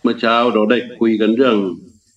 มื่อเช้าเราได้คุยกันเรื่อง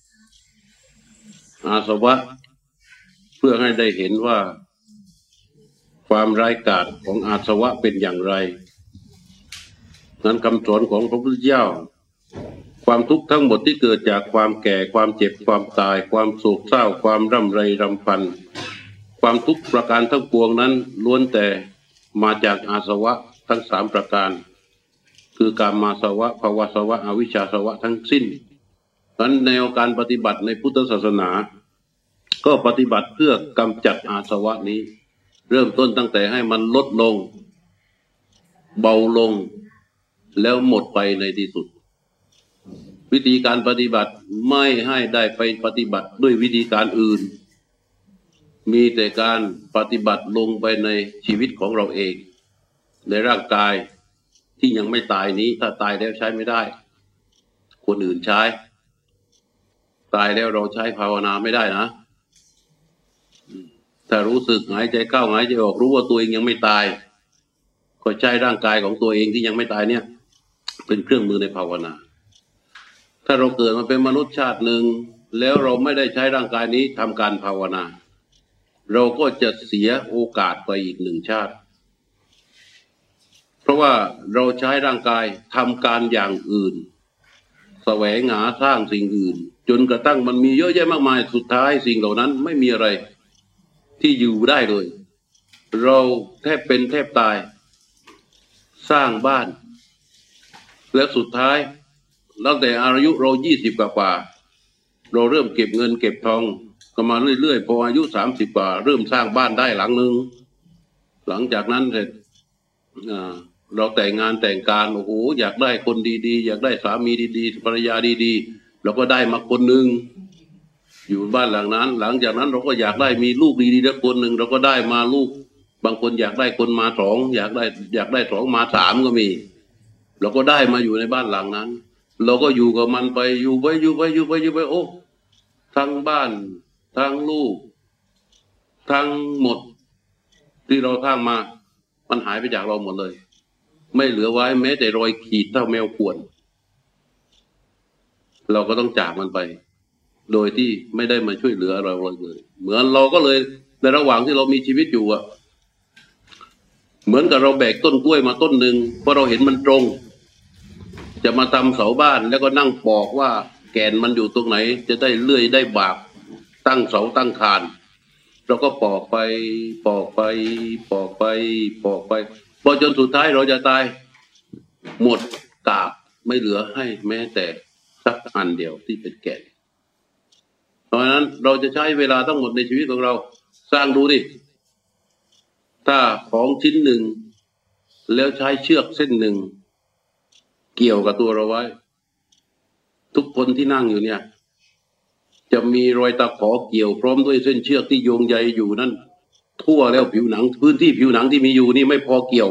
อาสวะเพื่อให้ได้เห็นว่าความร้ายกาจของอาสวะเป็นอย่างไรนั้นคำสอนของพระพุทธเจ้าความทุกข์ทั้งหมดที่เกิดจากความแก่ความเจ็บความตายความโศกเศร้าความร่ำไรรำพันความทุกข์ประการทั้งปวงนั้นล้วนแต่มาจากอาสวะทั้งสามประการคือกามมาสวะภวสวะอวิชชาสวะทั้งสิ้นนั้นแนวการปฏิบัติในพุทธศาสนาก็ปฏิบัติเพื่อกำจัดอาสวะนี้เริ่มต้นตั้งแต่ให้มันลดลงเบาลงแล้วหมดไปในที่สุดวิธีการปฏิบัติไม่ให้ได้ไปปฏิบัติด้วยวิธีการอื่นมีแต่การปฏิบัติลงไปในชีวิตของเราเองในร่างกายที่ยังไม่ตายนี้ถ้าตายแล้วใช้ไม่ได้คนอื่นใช้ตายแล้วเราใช้ภาวนาไม่ได้นะถ้ารู้สึกหายใจเข้าหายใจออกรู้ว่าตัวเองยังไม่ตายก็ใช้ร่างกายของตัวเองที่ยังไม่ตายเนี่ยเป็นเครื่องมือในภาวนาถ้าเราเกิดมาเป็นมนุษย์ชาติหนึ่งแล้วเราไม่ได้ใช้ร่างกายนี้ทำการภาวนาเราก็จะเสียโอกาสไปอีกหนึ่งชาติเพราะว่าเราใช้ร่างกายทำการอย่างอื่นแสวงหาสร้างสิ่งอื่นจนกระทั่งมันมีเยอะแยะมากมายสุดท้ายสิ่งเหล่านั้นไม่มีอะไรที่อยู่ได้เลยเราแทบเป็นแทบตายสร้างบ้านแล้วสุดท้ายตั้งแต่อายุเรา20กว่าเราเริ่มเก็บเงินเก็บทองก็มาเรื่อยๆพออายุ30กว่าเริ่มสร้างบ้านได้หลังนึงหลังจากนั้นเสร็จเราแต่งงานแต่งการโอ้โหอยากได้คนดีๆอยากได้สามีดีๆภรรยาดีๆเราก็ได้มาคนหนึ่งอยู่บ้านหลังนั้นหลังจากนั้นเราก็อยากได้มีลูกดีๆสักคนหนึ่งเราก็ได้มาลูกบางคนอยากได้คนมาสองอยากได้สองมาสามก็มีเราก็ได้มาอยู่ในบ้านหลังนั้นเราก็อยู่กับมันไปอยู่ไปโอ้ทั้งบ้านทั้งลูกทั้งหมดที่เราสร้างมามันหายไปจากเราหมดเลยไม่เหลือไว้แม้แต่รอยขีดเท่าแมวข่วนเราก็ต้องจากมันไปโดยที่ไม่ได้มาช่วยเหลือเราเลยเหมือนเราก็เลยในระหว่างที่เรามีชีวิตอยู่อะเหมือนกับเราแบกต้นกล้วยมาต้นหนึ่งเพราะเราเห็นมันตรงจะมาทำเสาบ้านแล้วก็นั่งปอกว่าแกนมันอยู่ตรงไหนจะได้เลื่อยได้บากตั้งเสาตั้งคานเราก็ปอกไปพอจนสุดท้ายเราจะตายหมดกาบไม่เหลือให้แม้แต่สักอันเดียวที่เป็นแก่นเพราะฉะนั้นเราจะใช้เวลาทั้งหมดในชีวิตของเราสร้างดูดิถ้าของชิ้นหนึ่งแล้วใช้เชือกเส้นหนึ่งเกี่ยวกับตัวเราไว้ทุกคนที่นั่งอยู่เนี่ยจะมีรอยตะขอเกี่ยวพร้อมด้วยเส้นเชือกที่โยงใยอยู่นั่นทั่วแล้วผิวหนังพื้นที่ผิวหนังที่มีอยู่นี่ไม่พอเกี่ยว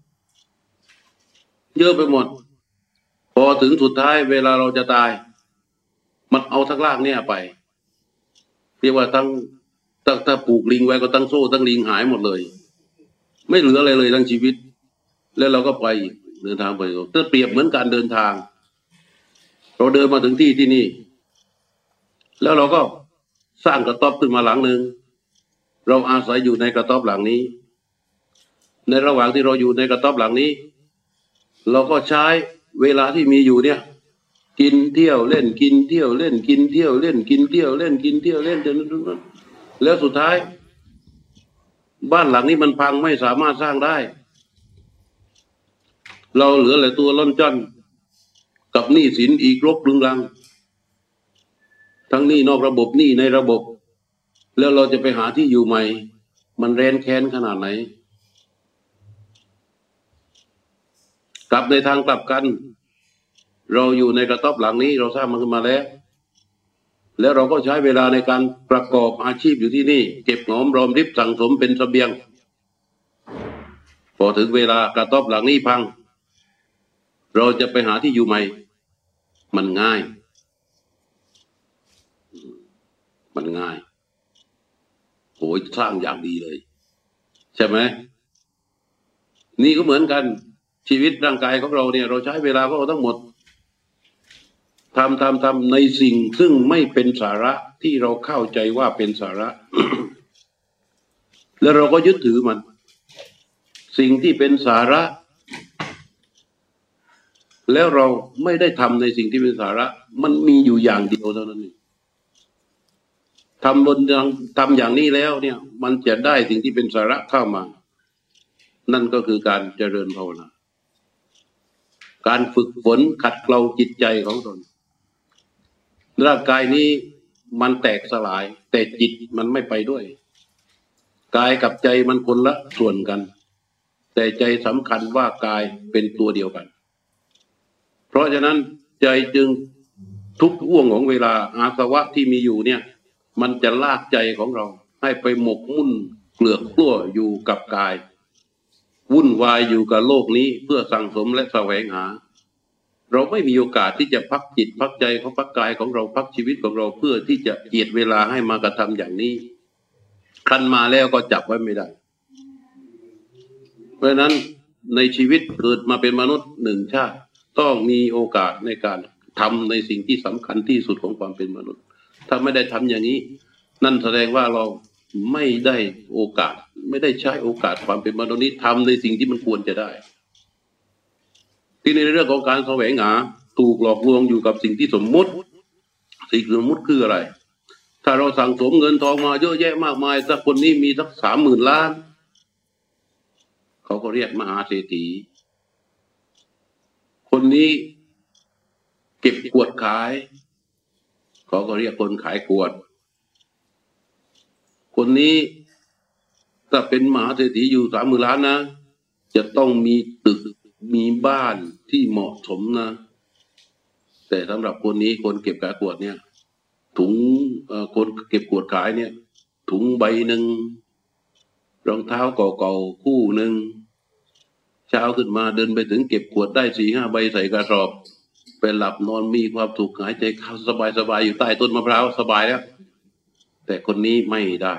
เยอะไปหมดพอถึงสุดท้ายเวลาเราจะตายมันเอาทั้งรากเนี่ยไปเรียกว่าทั้งถ้าปลูกลิงไว้ก็ตั้งโซ่ตั้งลิงหายหมดเลยไม่เหลืออะไรเลยทั้งชีวิตแล้วเราก็ไปเดินทางไปถ้าเปรียบเหมือนการเดินทางเราเดินมาถึงที่นี่แล้วเราก็สร้างกระต๊อบขึ้นมาหลังหนึ่งเราอาศัยอยู่ในกระต๊อบหลังนี้ในระหว่างที่เราอยู่ในกระต๊อบหลังนี้เราก็ใช้เวลาที่มีอยู่เนี่ยกินเที่ยวเล่นกินเที่ยวเล่นกินเที่ยวเล่นกินเที่ยวเล่นกินเที่ยวเล่นจนนั้นแล้วสุดท้ายบ้านหลังนี้มันพังไม่สามารถสร้างได้เราเหลือแต่ตัวล่อนจ้อนกับหนี้สินอีกรบรึงรังทั้งหนี้นอกระบบหนี้ในระบบแล้วเราจะไปหาที่อยู่ใหม่มันแร้นแค้นขนาดไหนกลับในทางกลับกันเราอยู่ในกระต๊อบหลังนี้เราสร้างมันขึ้นมาแล้วเราก็ใช้เวลาในการประกอบอาชีพอยู่ที่นี่เก็บหอมรอมริบสั่งสมเป็นเสบียงพอถึงเวลากระต๊อบหลังนี้พังเราจะไปหาที่อยู่ใหม่มันง่ายโหยสร้างอย่างดีเลยใช่ไหมนี่ก็เหมือนกันชีวิตร่างกายของเราเนี่ยเราใช้เวลาของเราทั้งหมดทำในสิ่งซึ่งไม่เป็นสาระที่เราเข้าใจว่าเป็นสาระ แล้วเราก็ยึดถือมันสิ่งที่เป็นสาระแล้วเราไม่ได้ทำในสิ่งที่เป็นสาระมันมีอยู่อย่างเดียวเท่านั้นเองทำอย่างนี้แล้วเนี่ยมันจะได้สิ่งที่เป็นสาระเข้ามานั่นก็คือการเจริญภาวนาการฝึกฝนขัดเกลาจิตใจของตนร่างกายนี้มันแตกสลายแต่จิตมันไม่ไปด้วยกายกับใจมันคนละส่วนกันแต่ใจสำคัญว่ากายเป็นตัวเดียวกันเพราะฉะนั้นใจจึงทุกห่วงของเวลาอาสวะที่มีอยู่เนี่ยมันจะลากใจของเราให้ไปหมกมุ่นเกลือกกลั้วอยู่กับกายวุ่นวายอยู่กับโลกนี้เพื่อสั่งสมและแสวงหาเราไม่มีโอกาสที่จะพักจิตพักใจของพักกายของเราพักชีวิตของเราเพื่อที่จะเจียดเวลาให้มากระทำอย่างนี้คันมาแล้วก็จับไว้ไม่ได้เพราะฉะนั้นในชีวิตเกิดมาเป็นมนุษย์หนึ่งชาติต้องมีโอกาสในการทำในสิ่งที่สำคัญที่สุดของความเป็นมนุษย์ถ้าไม่ได้ทำอย่างนี้นั่นแสดงว่าเราไม่ได้โอกาสไม่ได้ใช้โอกาสความเป็นมนุษย์นี้ทำในสิ่งที่มันควรจะได้ที่ในเรื่องของการแสวงหาถูกหลอกลวงอยู่กับสิ่งที่สมมุติสิ่งสมมุติคืออะไรถ้าเราสั่งสมเงินทองมาเยอะแยะมากมายสักคนนี้มีสัก30,000 ล้านเขาก็เรียกมหาเศรษฐีคนนี้เก็บขวดขายเขาก็เรียกคนขายขวดคนนี้ถ้าเป็นมหาเศรษฐีอยู่30,000 ล้านนะจะต้องมีตึกมีบ้านที่เหมาะสมนะแต่สำหรับคนนี้คนเก็บขายขวดเนี่ยถุงคนเก็บขวดขายเนี่ยถุงใบหนึ่งรองเท้าเก่าๆคู่หนึ่งเช้าขึ้นมาเดินไปถึงเก็บขวดได้4-5 ใบใส่กระสอบไปหลับนอนมีความสุขหายใจเข้าสบายอยู่ใต้ต้นมะพร้าวสบายแล้วแต่คนนี้ไม่ได้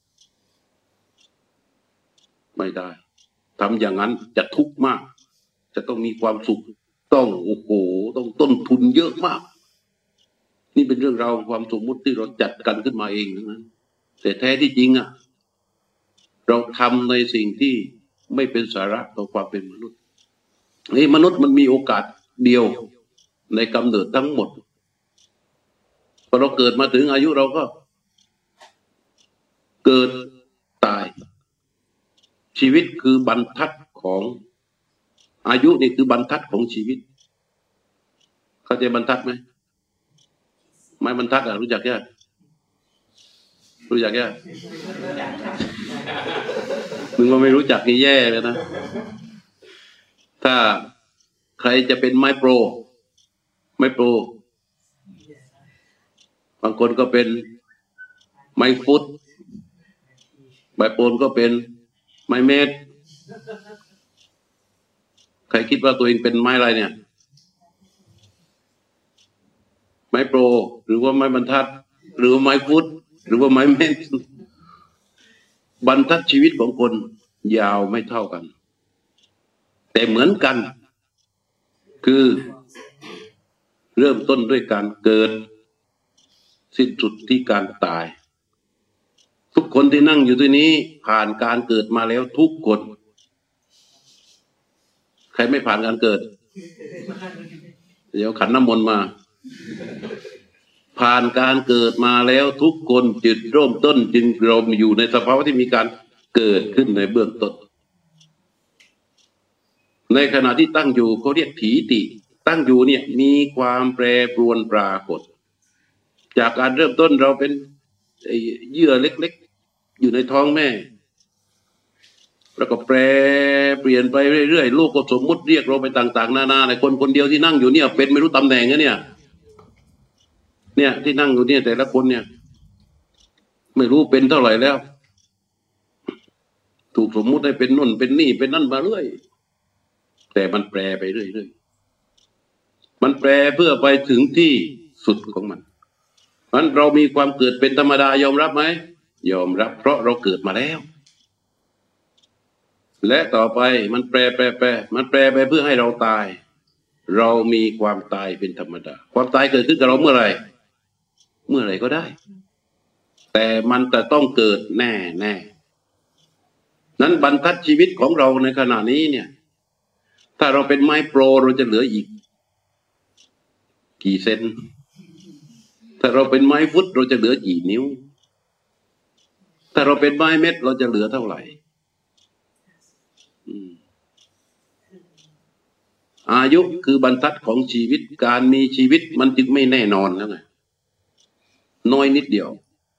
ทำอย่างนั้นจะทุกข์มากจะต้องมีความสุขต้องโอ้โหต้องต้นทุนเยอะมากนี่เป็นเรื่องราวความสมมุติที่เราจัดกันขึ้นมาเองนะแต่แท้ที่จริงอ่ะเราทำในสิ่งที่ไม่เป็นสาระต่อความเป็นมนุษย์นี่มนุษย์มันมีโอกาสเดียวในกำเนิดทั้งหมดพอเราเกิดมาถึงอายุเราก็เกิดตายชีวิตคือบรรทัดของอายุนี่คือบรรทัดของชีวิตเข้าใจบรรทัดไหมไม้บรรทัดรู้จักแค่มึงว่าไม่รู้จักนี่แย่เลยนะถ้าใครจะเป็นไม้โปรบางคนก็เป็นไม้ฟุตใบโปนก็เป็นไม้เมตรใครคิดว่าตัวเองเป็นไม้อะไรเนี่ยไม้โปรหรือว่าไม้บรรทัดหรือว่าไม้ฟุตหรือว่าไม้เมตรบรรทัดชีวิตของคนยาวไม่เท่ากันแต่เหมือนกันคือเริ่มต้นด้วยการเกิดสิ้นสุดที่การตายทุกคนที่นั่งอยู่ที่นี้ผ่านการเกิดมาแล้วทุกคนใครไม่ผ่านการเกิดเดี๋ยวขันน้ำมนต์มาผ่านการเกิดมาแล้วทุกคนจุดเริ่มต้นจึงเราอยู่ในสภาวะที่มีการเกิดขึ้นในเบื้องต้นในขณะที่ตั้งอยู่เขาเรียกถีติตั้งอยู่เนี่ยมีความแปรปรวนปรากฏจากการเริ่มต้นเราเป็นเยื่อเล็กๆอยู่ในท้องแม่แล้วก็แปรเปลี่ยนไปเรื่อยๆลูกก็สมมุติเรียกเราไปต่างๆนานาในคนเดียวที่นั่งอยู่เนี่ยเป็นไม่รู้ตำแหน่งนะเนี่ยที่นั่งอยู่เนี่ยแต่ละคนเนี่ยไม่รู้เป็นเท่าไหร่แล้วถูกสมมุติให้เป็นนู่นเป็นนี่เป็นนั่นมาเรื่อยแต่มันแปรไปเรื่อยๆมันแปรเพื่อไปถึงที่สุดของมันนั้นเรามีความเกิดเป็นธรรมดายอมรับไหมยอมรับเพราะเราเกิดมาแล้วและต่อไปมันแปรมันแปรไปเพื่อให้เราตายเรามีความตายเป็นธรรมดาความตายเกิดขึ้นกับเราเมื่อไหร่ก็ได้แต่มันจะต้องเกิดแน่นั้นบรรทัดชีวิตของเราในขณะนี้เนี่ยถ้าเราเป็นไม้โปรเราจะเหลืออีกกี่เซนถ้าเราเป็นไม้ฟุตเราจะเหลือกี่นิ้วถ้าเราเป็นไม้เม็ดเราจะเหลือเท่าไหร่อายุคือบรรทัดของชีวิตการมีชีวิตมันจึงไม่แน่นอนแล้วไงน้อยนิดเดียว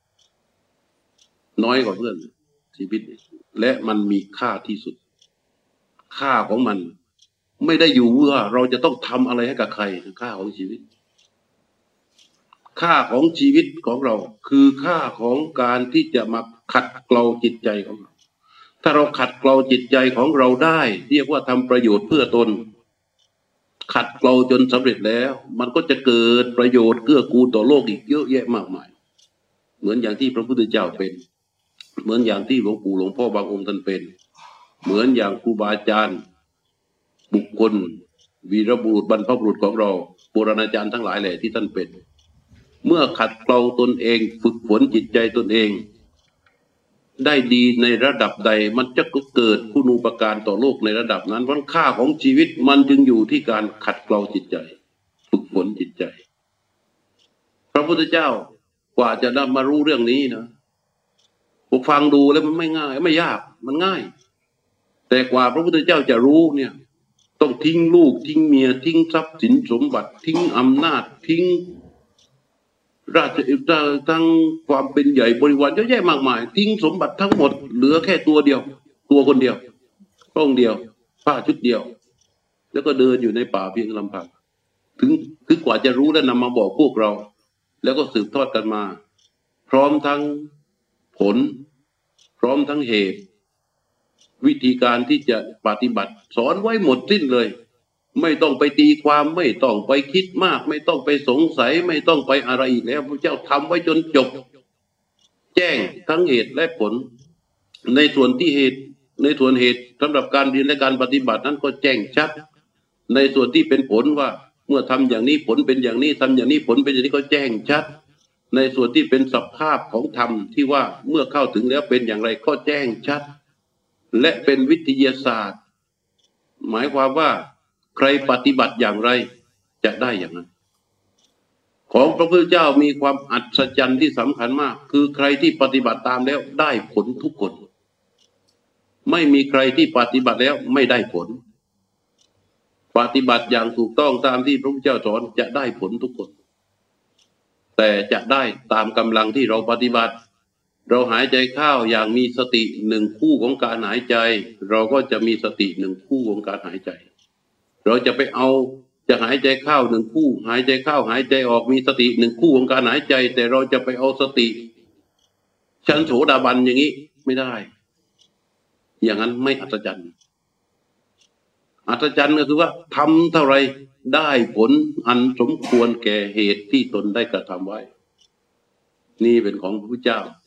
น้อยกว่าเพื่อนชีวิตและมันมีค่าที่สุดค่าของมันไม่ได้อยู่ว่าเราจะต้องทำอะไรให้กับใครค่าของชีวิตค่าของชีวิตของเราคือค่าของการที่จะมาขัดเกลาจิตใจของเราถ้าเราขัดเกลาจิตใจของเราได้เรียกว่าทำประโยชน์เพื่อตนขัดเกลาจนสำเร็จแล้วมันก็จะเกิดประโยชน์เกื้อกูลต่อโลกอีกเยอะแยะมากมายเหมือนอย่างที่พระพุทธเจ้าเป็นเหมือนอย่างที่หลวงปู่หลวงพ่อบางองค์ท่านเป็นเหมือนอย่างครูบาอาจารย์บุคคลวีรบุรุษบรรพบุรุษของเราโบราณอาจารย์ทั้งหลายแหละที่ท่านเป็นเมื่อขัดเกลาตนเองฝึกฝนจิตใจตนเองได้ดีในระดับใดมันจะเกิดคุณูปการต่อโลกในระดับนั้นเพราะค่าของชีวิตมันจึงอยู่ที่การขัดเกลาจิตใจฝึกฝนจิตใจพระพุทธเจ้ากว่าจะได้มารู้เรื่องนี้นะผมฟังดูแล้วมันไม่ง่ายไม่ยากมันง่ายแต่กว่าพระพุทธเจ้าจะรู้เนี่ยต้องทิ้งลูกทิ้งเมียทิ้งทรัพย์สินสมบัติทิ้งอำนาจทิ้งราชทั้งความเป็นใหญ่บริวารเยอะแยะมากมายทิ้งสมบัติทั้งหมดเหลือแค่ตัวเดียวตัวคนเดียวพระองค์เดียวผ้าชุดเดียวแล้วก็เดินอยู่ในป่าเพียงลำพังถึงกว่าจะรู้และนำมาบอกพวกเราแล้วก็สืบทอดกันมาพร้อมทั้งผลพร้อมทั้งเหตุวิธีการที่จะปฏิบัติสอนไว้หมดสิ้นเลยไม่ต้องไปตีความไม่ต้องไปคิดมากไม่ต้องไปสงสัยไม่ต้องไปอะไรอีกแล้วพระเจ้าทำไว้จนจบแจ้งทั้งเหตุและผลในส่วนที่เหตุในส่วนเหตุสำหรับการเรียนและการปฏิบัตินั้นก็แจ้งชัดในส่วนที่เป็นผลว่าเมื่อทำอย่างนี้ผลเป็นอย่างนี้ทำอย่างนี้ผลเป็นอย่างนี้ก็แจ้งชัดในส่วนที่เป็นสภาพของธรรมที่ว่าเมื่อเข้าถึงแล้วเป็นอย่างไรก็แจ้งชัดและเป็นวิทยาศาสตร์หมายความว่าใครปฏิบัติอย่างไรจะได้อย่างนั้นของพระพุทธเจ้ามีความอัศจรรย์ที่สำคัญมากคือใครที่ปฏิบัติตามแล้วได้ผลทุกคนไม่มีใครที่ปฏิบัติแล้วไม่ได้ผลปฏิบัติอย่างถูกต้องตามที่พระพุทธเจ้าสอนจะได้ผลทุกคนแต่จะได้ตามกำลังที่เราปฏิบัติเราหายใจเข้าอย่างมีสติหนึ่งคู่ของการหายใจเราก็จะมีสติหนึ่งคู่ของการหายใจเราจะไปเอาจะหายใจเข้าหนึ่งคู่หายใจเข้าหายใจออกมีสติหนึ่งคู่ของการหายใจแต่เราจะไปเอาสติชั้นโสดาบันอย่างนี้ไม่ได้อย่างนั้นไม่อัศจรรย์อัศจรรย์ก็คือว่าทำเท่าไรได้ผลอันสมควรแก่เหตุที่ตนได้กระทำไว้นี่เป็นของพระพุทธเจ้า